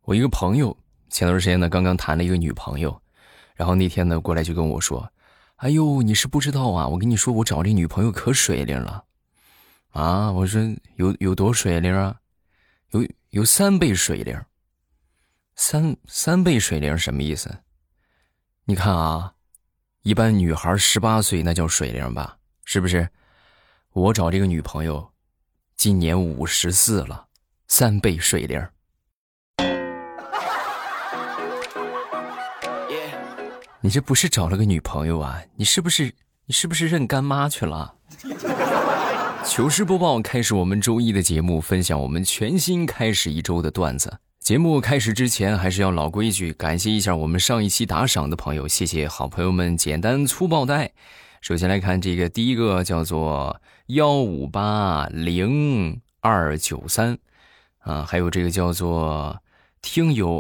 我一个朋友前段时间呢刚刚谈了一个女朋友，然后那天呢过来就跟我说，哎呦你是不知道啊，我跟你说我找这女朋友可水灵了啊。我说有多水灵啊？有3倍水灵。三倍水灵什么意思？你看啊，一般女孩18岁那叫水灵吧，是不是？我找这个女朋友今年54了，3倍水灵。你这不是找了个女朋友啊？你是不是认干妈去了？糗事播报开始我们周一的节目，分享我们全新开始一周的段子。节目开始之前还是要老规矩，感谢一下我们上一期打赏的朋友，谢谢好朋友们简单粗暴的爱。首先来看这个，第一个叫做1580293啊，还有这个叫做听友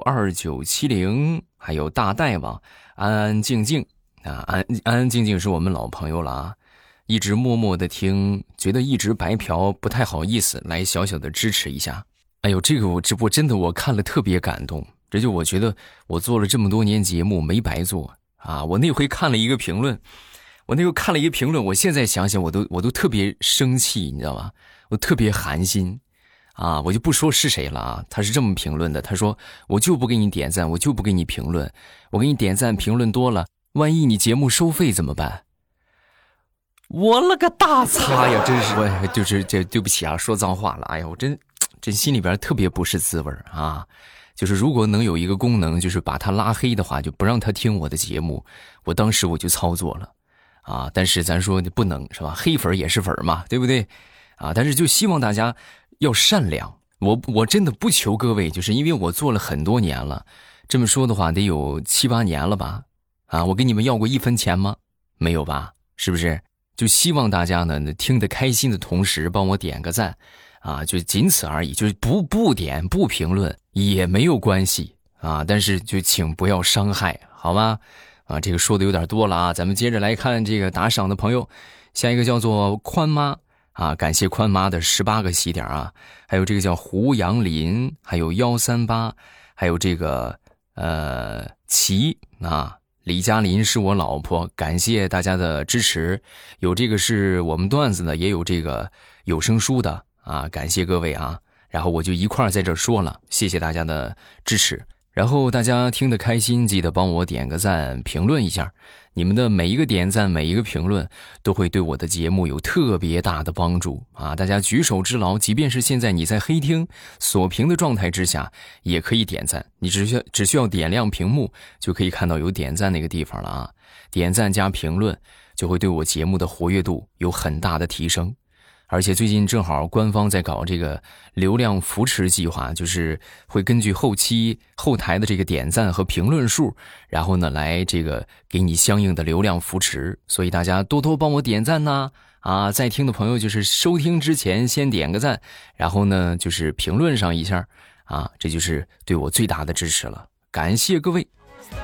2970，还有大大王安安静静啊，安安静静是我们老朋友了啊，一直默默的听，觉得一直白嫖不太好意思，来小小的支持一下。哎呦，这个我真的我看了特别感动，这就我觉得我做了这么多年节目没白做啊！我那回看了一个评论，我现在想想我都特别生气，你知道吗？我特别寒心啊！我就不说是谁了啊，他是这么评论的，他说我就不给你点赞，我就不给你评论，我给你点赞评论多了，万一你节目收费怎么办？我了个大擦呀！真是我就是这对不起啊，说脏话了，哎呀，我真心里边特别不是滋味啊！就是如果能有一个功能，就是把他拉黑的话，就不让他听我的节目，我当时我就操作了啊！但是咱说不能是吧？黑粉也是粉嘛，对不对？啊！但是就希望大家要善良。我真的不求各位，就是因为我做了很多年了，这么说的话得有7、8年了吧？啊！我给你们要过1分钱吗？没有吧？是不是？就希望大家呢听得开心的同时帮我点个赞。啊，就仅此而已，就是不点不评论也没有关系啊，但是就请不要伤害，好吗？啊，这个说的有点多了啊，咱们接着来看这个打赏的朋友，下一个叫做宽妈啊，感谢宽妈的18个喜点啊，还有这个叫胡杨林，还有138，还有这个齐啊。李嘉林是我老婆，感谢大家的支持，有这个是我们段子的，也有这个有声书的啊，感谢各位啊，然后我就一块在这说了，谢谢大家的支持，然后大家听得开心，记得帮我点个赞，评论一下，你们的每一个点赞，每一个评论都会对我的节目有特别大的帮助啊！大家举手之劳，即便是现在你在黑厅锁屏的状态之下，也可以点赞，你只需要点亮屏幕就可以看到有点赞那个地方了啊！点赞加评论就会对我节目的活跃度有很大的提升。而且最近正好官方在搞这个流量扶持计划，就是会根据后台的这个点赞和评论数，然后呢来这个给你相应的流量扶持，所以大家多多帮我点赞呐！啊，在听的朋友就是收听之前先点个赞，然后呢就是评论上一下啊，这就是对我最大的支持了，感谢各位。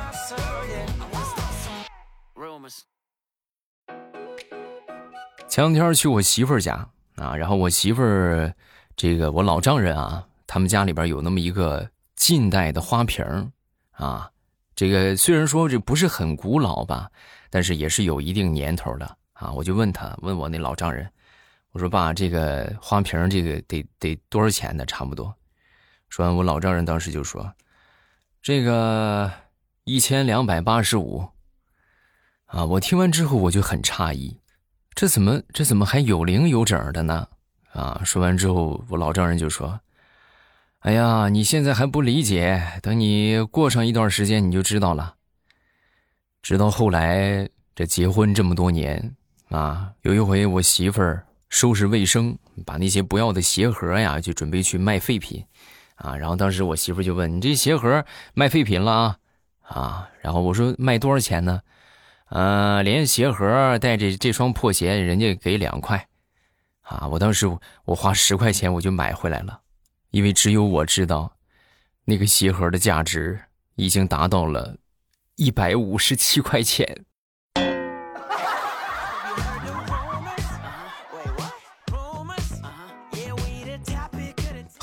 前两天去我媳妇儿家啊，然后我媳妇儿这个我老丈人啊，他们家里边有那么一个近代的花瓶啊，这个虽然说这不是很古老吧，但是也是有一定年头的啊。我就问我那老丈人，我说爸，这个花瓶这个得多少钱呢？差不多。说完，我老丈人当时就说，这个1285啊。我听完之后我就很诧异。这怎么还有零有整的呢？啊！说完之后，我老丈人就说：“哎呀，你现在还不理解，等你过上一段时间你就知道了。”直到后来，这结婚这么多年啊，有一回我媳妇儿收拾卫生，把那些不要的鞋盒呀，就准备去卖废品啊。然后当时我媳妇儿就问：“你这鞋盒卖废品了啊？”啊，然后我说：“卖多少钱呢？”连鞋盒带着这双破鞋，人家给2块，啊！我当时我花10块钱我就买回来了，因为只有我知道，那个鞋盒的价值已经达到了157块钱。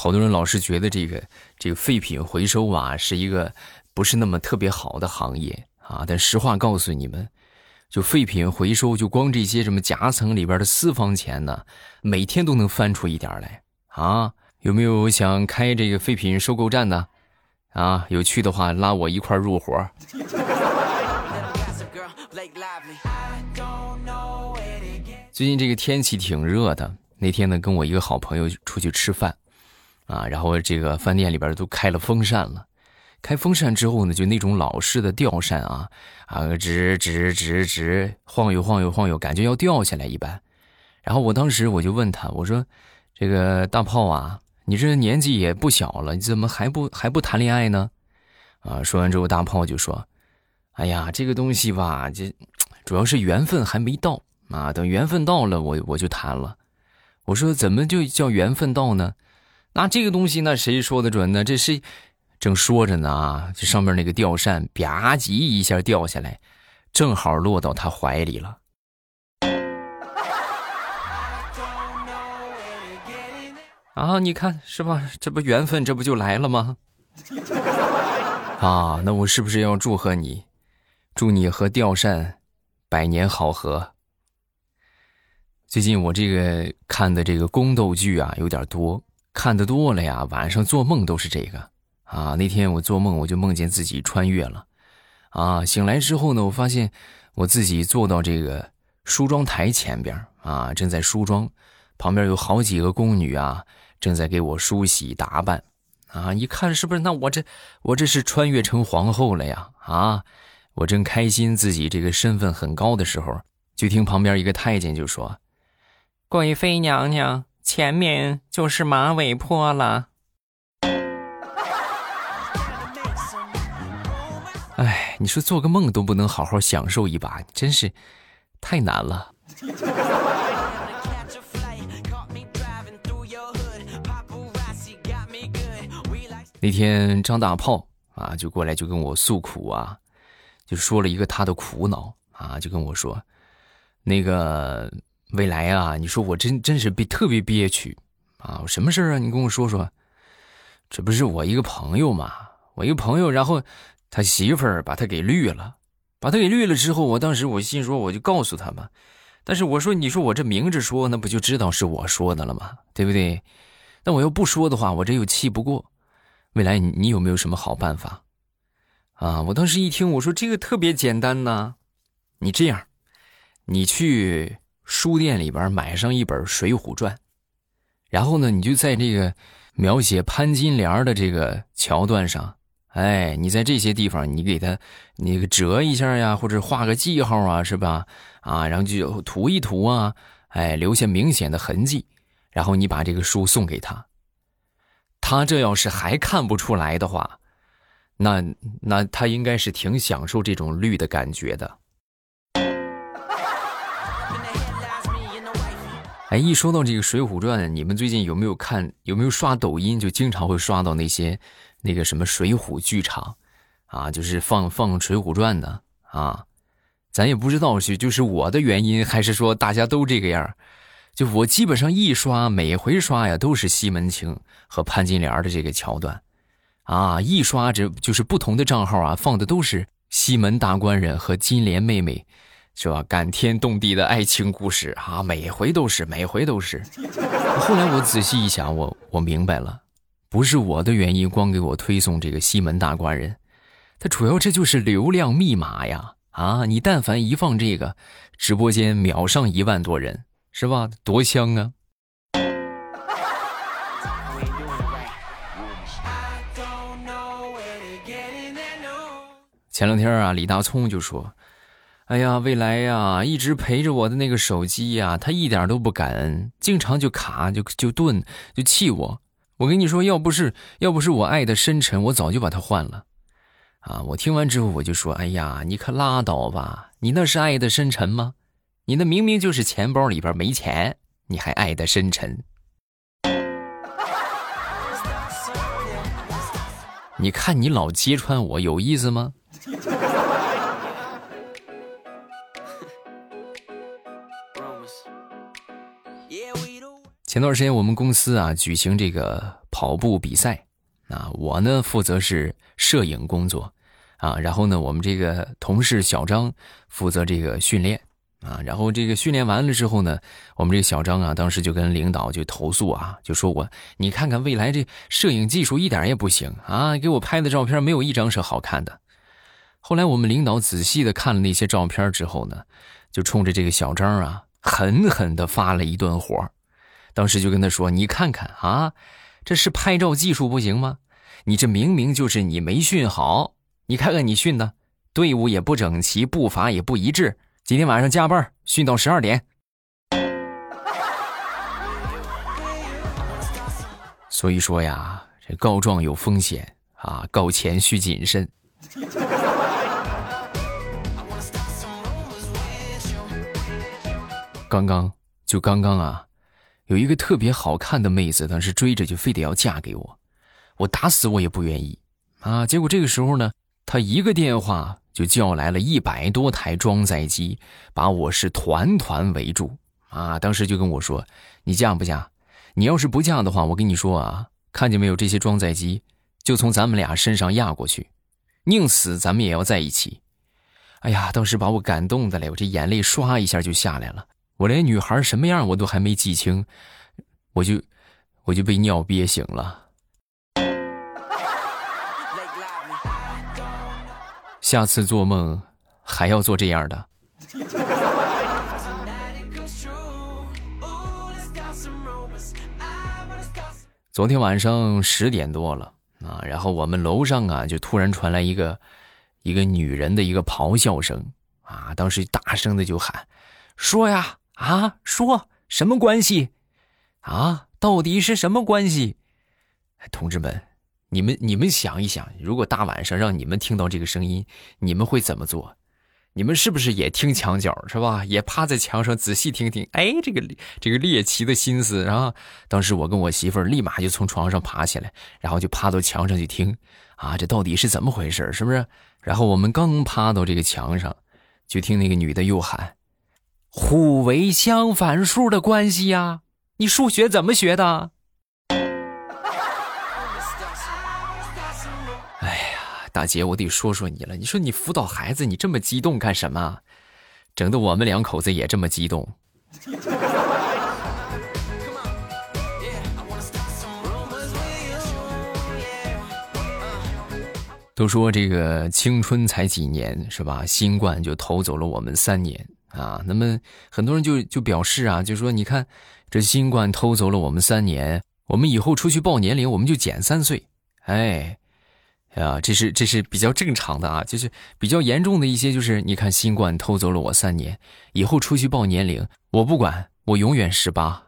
好多人老是觉得这个废品回收啊是一个不是那么特别好的行业啊，但实话告诉你们，就废品回收，就光这些什么夹层里边的私房钱呢，每天都能翻出一点来啊！有没有想开这个废品收购站的啊？有趣的话拉我一块入伙。最近这个天气挺热的，那天呢跟我一个好朋友出去吃饭啊，然后这个饭店里边都开了风扇了。开风扇之后呢，就那种老式的吊扇啊，直晃悠，感觉要掉下来一般。然后我当时我就问他，我说：“这个大炮啊，你这年纪也不小了，你怎么还不谈恋爱呢？”啊，说完之后，大炮就说：“哎呀，这个东西吧，这主要是缘分还没到啊，等缘分到了，我就谈了。”我说：“怎么就叫缘分到呢？那这个东西，那谁说的准呢？这是。”正说着呢啊，这上面那个吊扇吧唧一下掉下来，正好落到他怀里了。啊，你看是吧？这不缘分，这不就来了吗？啊，那我是不是要祝贺你？祝你和吊扇百年好合。最近我这个看的这个宫斗剧啊有点多，看得多了呀，晚上做梦都是这个。啊，那天我做梦，我就梦见自己穿越了，啊，醒来之后呢，我发现我自己坐到这个梳妆台前边啊，正在梳妆，旁边有好几个宫女啊，正在给我梳洗打扮，啊，一看是不是？那我这是穿越成皇后了呀？啊，我正开心自己这个身份很高的时候，就听旁边一个太监就说：“贵妃娘娘，前面就是马尾坡了。”哎，你说做个梦都不能好好享受一把，真是太难了。那天张大炮啊就过来就跟我诉苦啊，就说了一个他的苦恼啊，就跟我说，那个未来啊，你说我真是特别憋屈啊，什么事啊？你跟我说说。这不是我一个朋友嘛，我一个朋友，然后他媳妇儿把他给绿了，之后，我当时我心说我就告诉他嘛，但是我说你说我这明着说，那不就知道是我说的了吗？对不对？但我要不说的话，我这又气不过。未来你有没有什么好办法啊？我当时一听，我说这个特别简单呐，你这样，你去书店里边买上一本《水浒传》，然后呢，你就在这个描写潘金莲的这个桥段上，哎，你在这些地方你给他那个折一下呀，或者画个记号啊，是吧？啊，然后就涂一涂啊，哎，留下明显的痕迹，然后你把这个书送给他。他这要是还看不出来的话，那他应该是挺享受这种绿的感觉的。哎，一说到这个《水浒传》，你们最近有没有刷抖音？就经常会刷到那个什么水浒剧场，啊，就是放《水浒传》的啊。咱也不知道就是我的原因，还是说大家都这个样。就我基本上一刷，每回刷呀都是西门庆和潘金莲的这个桥段，啊，一刷这就是不同的账号啊，放的都是西门大官人和金莲妹妹。是吧？感天动地的爱情故事啊，每回都是。后来我仔细一想，我明白了，不是我的原因光给我推送这个西门大官人，它主要这就是流量密码呀！啊，你但凡一放这个，直播间秒上1万多人，是吧？多香啊！前2天啊，李大聪就说，哎呀，未来呀，一直陪着我的那个手机呀，他一点都不感恩，经常就卡就顿就气我。我跟你说，要不是我爱的深沉，我早就把它换了。啊，我听完之后我就说，哎呀，你可拉倒吧，你那是爱的深沉吗？你那明明就是钱包里边没钱，你还爱的深沉。你看你老揭穿我有意思吗？前段时间我们公司啊举行这个跑步比赛啊，我呢负责是摄影工作啊，然后呢我们这个同事小张负责这个训练啊，然后这个训练完了之后呢，我们这个小张啊当时就跟领导就投诉啊，就说你看看未来这摄影技术一点也不行啊，给我拍的照片没有一张是好看的。后来我们领导仔细的看了那些照片之后呢，就冲着这个小张啊狠狠的发了一顿火。当时就跟他说，你看看啊，这是拍照技术不行吗？你这明明就是你没训好，你看看你训的，队伍也不整齐，步伐也不一致，今天晚上加班训到12点。所以说呀，这告状有风险啊，告前需谨慎。刚刚啊，有一个特别好看的妹子，当时追着就非得要嫁给我，我打死我也不愿意啊。结果这个时候呢，她一个电话就叫来了100多台装载机，把我是团团围住啊。当时就跟我说，你嫁不嫁？你要是不嫁的话，我跟你说啊，看见没有，这些装载机就从咱们俩身上压过去，宁死咱们也要在一起。哎呀，当时把我感动的嘞，我这眼泪唰一下就下来了。我连女孩什么样我都还没记清，我就被尿憋醒了。下次做梦还要做这样的。昨天晚上10点多了啊，然后我们楼上啊就突然传来一个女人的一个咆哮声啊，当时大声的就喊，说呀啊，说什么关系啊？到底是什么关系？同志们，你们想一想，如果大晚上让你们听到这个声音，你们会怎么做？你们是不是也听墙角是吧？也趴在墙上仔细听听，哎，这个猎奇的心思。然后当时我跟我媳妇儿立马就从床上爬起来，然后就趴到墙上去听啊，这到底是怎么回事，是不是？然后我们刚趴到这个墙上，就听那个女的又喊，互为相反数的关系呀，你数学怎么学的？哎呀，大姐，我得说说你了，你说你辅导孩子你这么激动干什么？整得我们两口子也这么激动。都说这个青春才几年是吧，新冠就偷走了我们3年啊。那么很多人就表示啊，就说你看这新冠偷走了我们3年，我们以后出去报年龄我们就减3岁。哎呀，这是比较正常的啊，就是比较严重的一些就是你看新冠偷走了我3年，以后出去报年龄我不管，我永远18。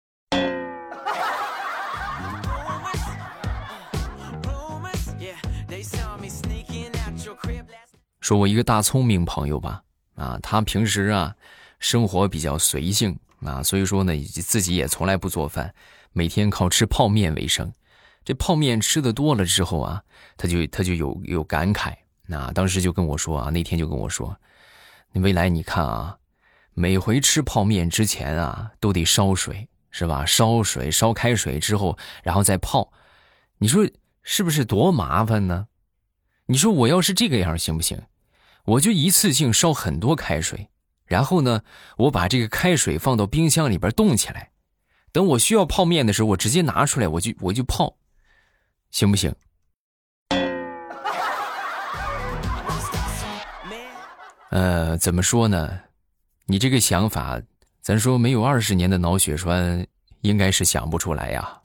说我一个大聪明朋友吧，啊，他平时啊生活比较随性啊，所以说呢自己也从来不做饭，每天靠吃泡面为生。这泡面吃的多了之后啊，他就有感慨，那当时就跟我说啊，那天就跟我说，你未来你看啊，每回吃泡面之前啊都得烧水是吧？烧水烧开水之后，然后再泡，你说是不是多麻烦呢？你说我要是这个样行不行？我就一次性烧很多开水，然后呢，我把这个开水放到冰箱里边冻起来，等我需要泡面的时候，我直接拿出来，我就泡，行不行？怎么说呢？你这个想法，咱说没有20年的脑血栓，应该是想不出来呀。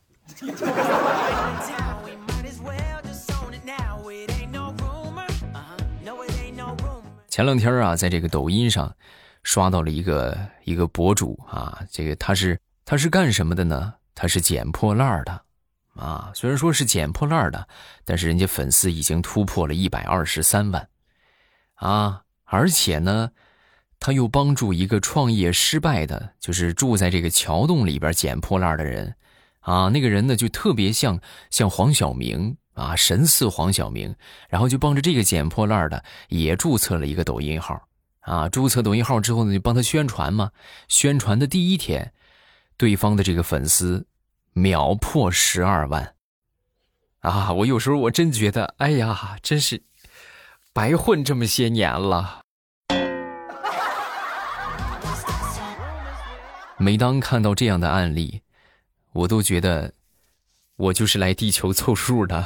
前两天啊，在这个抖音上刷到了一个博主啊，这个他是干什么的呢？他是捡破烂的啊。虽然说是捡破烂的，但是人家粉丝已经突破了123万啊，而且呢，他又帮助一个创业失败的，就是住在这个桥洞里边捡破烂的人啊。那个人呢，就特别像黄晓明。啊，神似黄晓明，然后就帮着这个捡破烂的也注册了一个抖音号啊。注册抖音号之后呢，就帮他宣传嘛。宣传的第1天，对方的这个粉丝秒破12万啊，我有时候我真觉得，哎呀，真是白混这么些年了。每当看到这样的案例，我都觉得我就是来地球凑数的。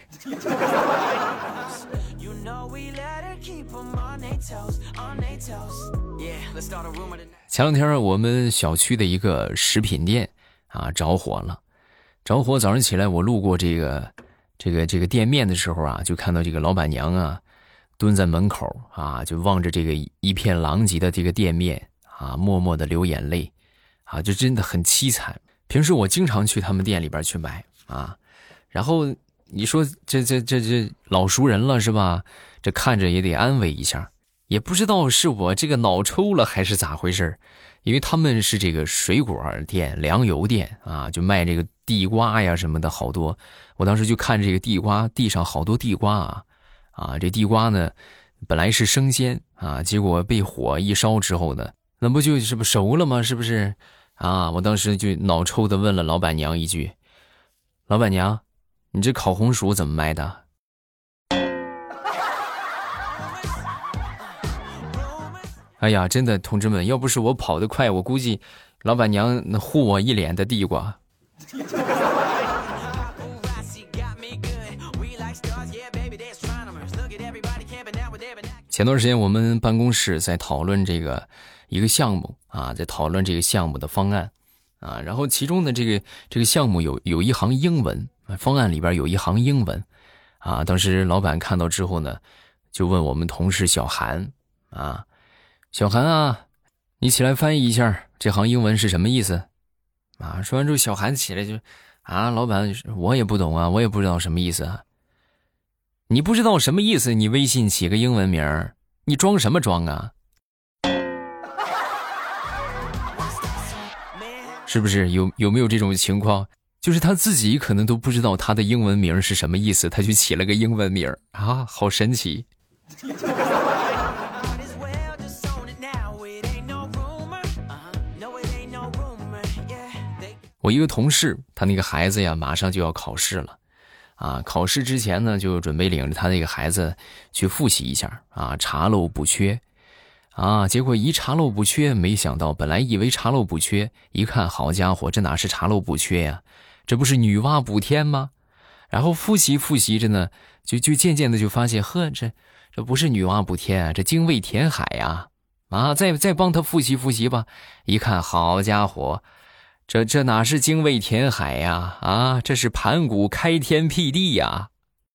前两天我们小区的一个食品店啊着火了，早上起来我路过这个店面的时候啊，就看到这个老板娘啊蹲在门口啊，就望着这个一片狼藉的这个店面啊，默默的流眼泪啊，就真的很凄惨。平时我经常去他们店里边去买啊，然后你说这老熟人了是吧？这看着也得安慰一下。也不知道是我这个脑抽了还是咋回事，因为他们是这个水果店、粮油店啊，就卖这个地瓜呀什么的好多。我当时就看这个地瓜，地上好多地瓜啊，这地瓜呢本来是生鲜啊，结果被火一烧之后呢，那不就是不熟了吗？是不是啊？我当时就脑抽的问了老板娘一句：“老板娘，你这烤红薯怎么卖的？”哎呀，真的，同志们，要不是我跑得快，我估计老板娘能护我一脸的地瓜。前段时间我们办公室在讨论这个一个项目啊，在讨论这个项目的方案啊，然后其中的这个项目有一行英文，方案里边有一行英文啊，当时老板看到之后呢，就问我们同事小韩啊。小韩啊，你起来翻译一下这行英文是什么意思啊？说完之后，小韩起来就啊，老板，我也不懂啊，我也不知道什么意思啊。你不知道什么意思，你微信起个英文名，你装什么装啊？是不是有没有这种情况？就是他自己可能都不知道他的英文名是什么意思，他就起了个英文名啊，好神奇。我一个同事，他那个孩子呀，马上就要考试了，啊，考试之前呢，就准备领着他那个孩子去复习一下，啊，查漏补缺，啊，结果一查漏补缺，没想到，本来以为查漏补缺，一看，好家伙，这哪是查漏补缺呀，这不是女娲补天吗？然后复习着呢，就渐渐的就发现，呵，这不是女娲补天啊，这精卫填海呀，啊，再帮他复习吧，一看，好家伙。这哪是精卫填海呀？啊，这是盘古开天辟地呀！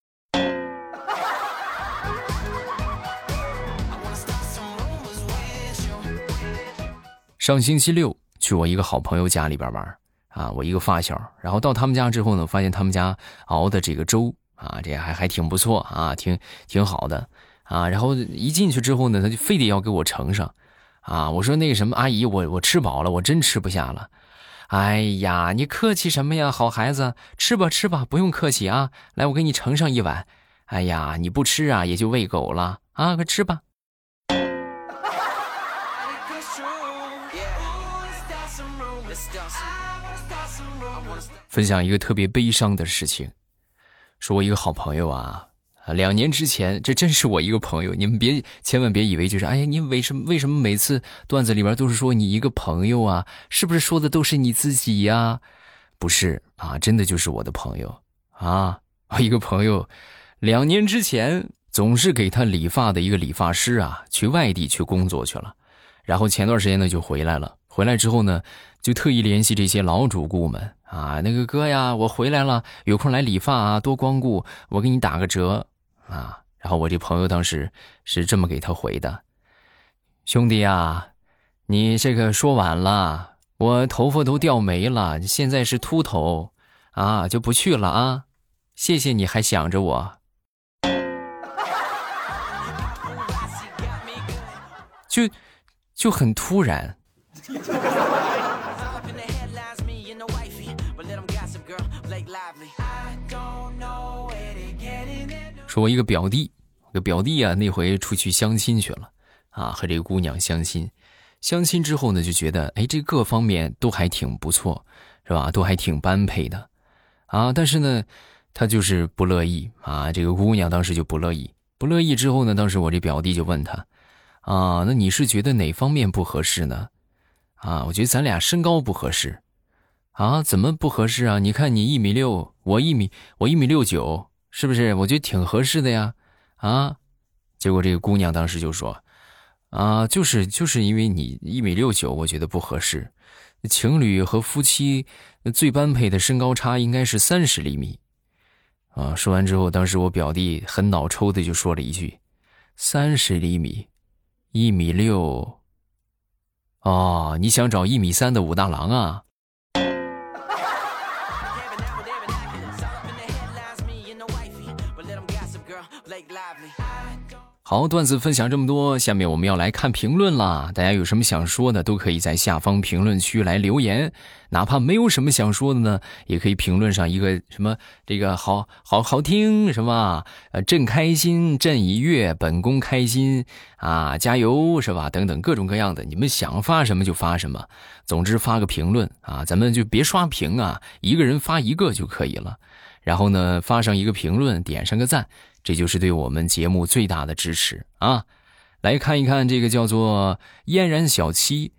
上星期六去我一个好朋友家里边玩啊，我一个发小，然后到他们家之后呢，发现他们家熬的这个粥啊，这还挺不错啊，挺好的啊。然后一进去之后呢，他就非得要给我盛上啊。我说那个什么阿姨，我吃饱了，我真吃不下了。哎呀，你客气什么呀，好孩子，吃吧，不用客气啊。来，我给你盛上一碗。哎呀，你不吃啊，也就喂狗了啊，快吃吧。分享一个特别悲伤的事情，说我一个好朋友啊，2年之前，这真是我一个朋友，你们千万别以为就是，哎呀，你为什么每次段子里边都是说你一个朋友啊？是不是说的都是你自己呀？不是啊，真的就是我的朋友啊，我一个朋友，2年之前总是给他理发的一个理发师啊，去外地去工作去了，然后前段时间呢就回来了，回来之后呢，就特意联系这些老主顾们啊，那个哥呀，我回来了，有空来理发啊，多光顾，我给你打个折啊。然后我这朋友当时是这么给他回的：兄弟啊，你这个说晚了，我头发都掉没了，现在是秃头啊，就不去了啊，谢谢你还想着我。就很突然。说我一个表弟啊，那回出去相亲去了啊，和这个姑娘相亲之后呢，就觉得哎，这各方面都还挺不错，是吧？都还挺般配的啊。但是呢， 她就是不乐意啊。这个姑娘当时就不乐意，不乐意之后呢，当时我这表弟就问她啊，那你是觉得哪方面不合适呢？啊，我觉得咱俩身高不合适。啊，怎么不合适啊？你看你1.6米，我1.69米，是不是？我觉得挺合适的呀。啊，结果这个姑娘当时就说，啊，就是因为你1.69米，我觉得不合适。情侣和夫妻最般配的身高差应该是30厘米。啊，说完之后，当时我表弟很脑抽的就说了一句：“30厘米，1.6米。哦，你想找1.3米的武大郎啊？”好，段子分享这么多，下面我们要来看评论啦。大家有什么想说的，都可以在下方评论区来留言。哪怕没有什么想说的呢，也可以评论上一个什么这个好听什么朕开心，朕已阅，本宫开心啊，加油是吧？等等各种各样的，你们想发什么就发什么。总之发个评论啊，咱们就别刷屏啊，一个人发一个就可以了。然后呢，发上一个评论，点上个赞，这就是对我们节目最大的支持啊！来看一看这个叫做嫣然小七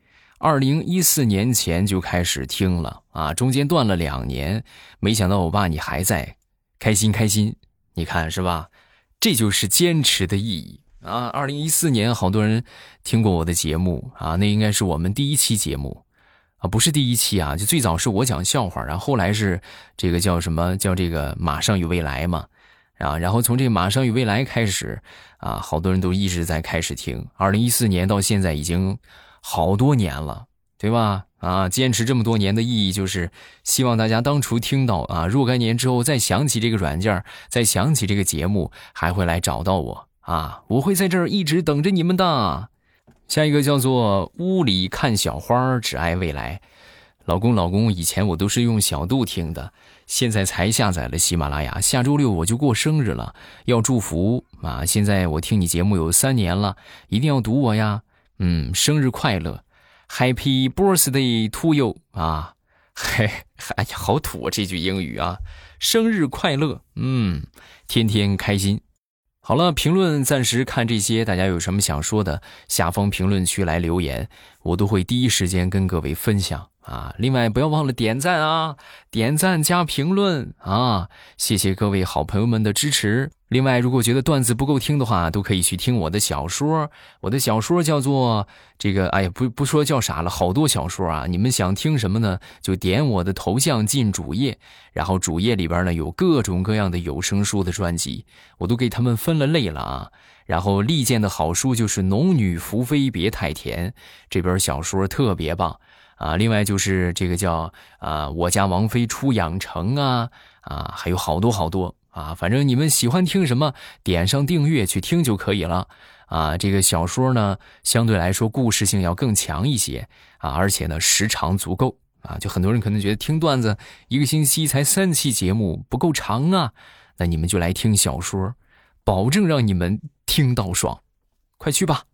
，2014年前就开始听了啊，中间断了2年，没想到欧巴你还在，开心开心，你看是吧？这就是坚持的意义啊！2014年好多人听过我的节目啊，那应该是我们第1期节目。啊，不是第1期啊，就最早是我讲笑话，然后后来是这个叫什么叫这个马上与未来嘛，啊，然后从这个马上与未来开始啊，好多人都一直在开始听，2014年到现在已经好多年了，对吧？啊，坚持这么多年的意义就是希望大家当初听到啊，若干年之后再想起这个软件，再想起这个节目，还会来找到我啊，我会在这儿一直等着你们的。下一个叫做屋里看小花只爱未来。老公，以前我都是用小度听的，现在才下载了喜马拉雅，下周6我就过生日了，要祝福啊！现在我听你节目有3年了，一定要读我呀。生日快乐 ，Happy Birthday to you 啊！嘿，哎呀，好土啊这句英语啊！生日快乐，天天开心。好了，评论暂时看这些，大家有什么想说的，下方评论区来留言，我都会第一时间跟各位分享啊。另外不要忘了点赞啊，点赞加评论啊，谢谢各位好朋友们的支持。另外如果觉得段子不够听的话，都可以去听我的小说，我的小说叫做这个，哎呀不说叫啥了，好多小说啊，你们想听什么呢，就点我的头像进主页，然后主页里边呢有各种各样的有声书的专辑，我都给他们分了类了啊。然后力荐的好书就是《农女福妃别太甜》，这本小说特别棒啊。另外就是这个叫我家王妃出养成啊，还有好多好多啊，反正你们喜欢听什么，点上订阅去听就可以了啊。这个小说呢，相对来说故事性要更强一些啊，而且呢时长足够啊。就很多人可能觉得听段子1个星期才3期节目不够长啊，那你们就来听小说，保证让你们听到爽，快去吧。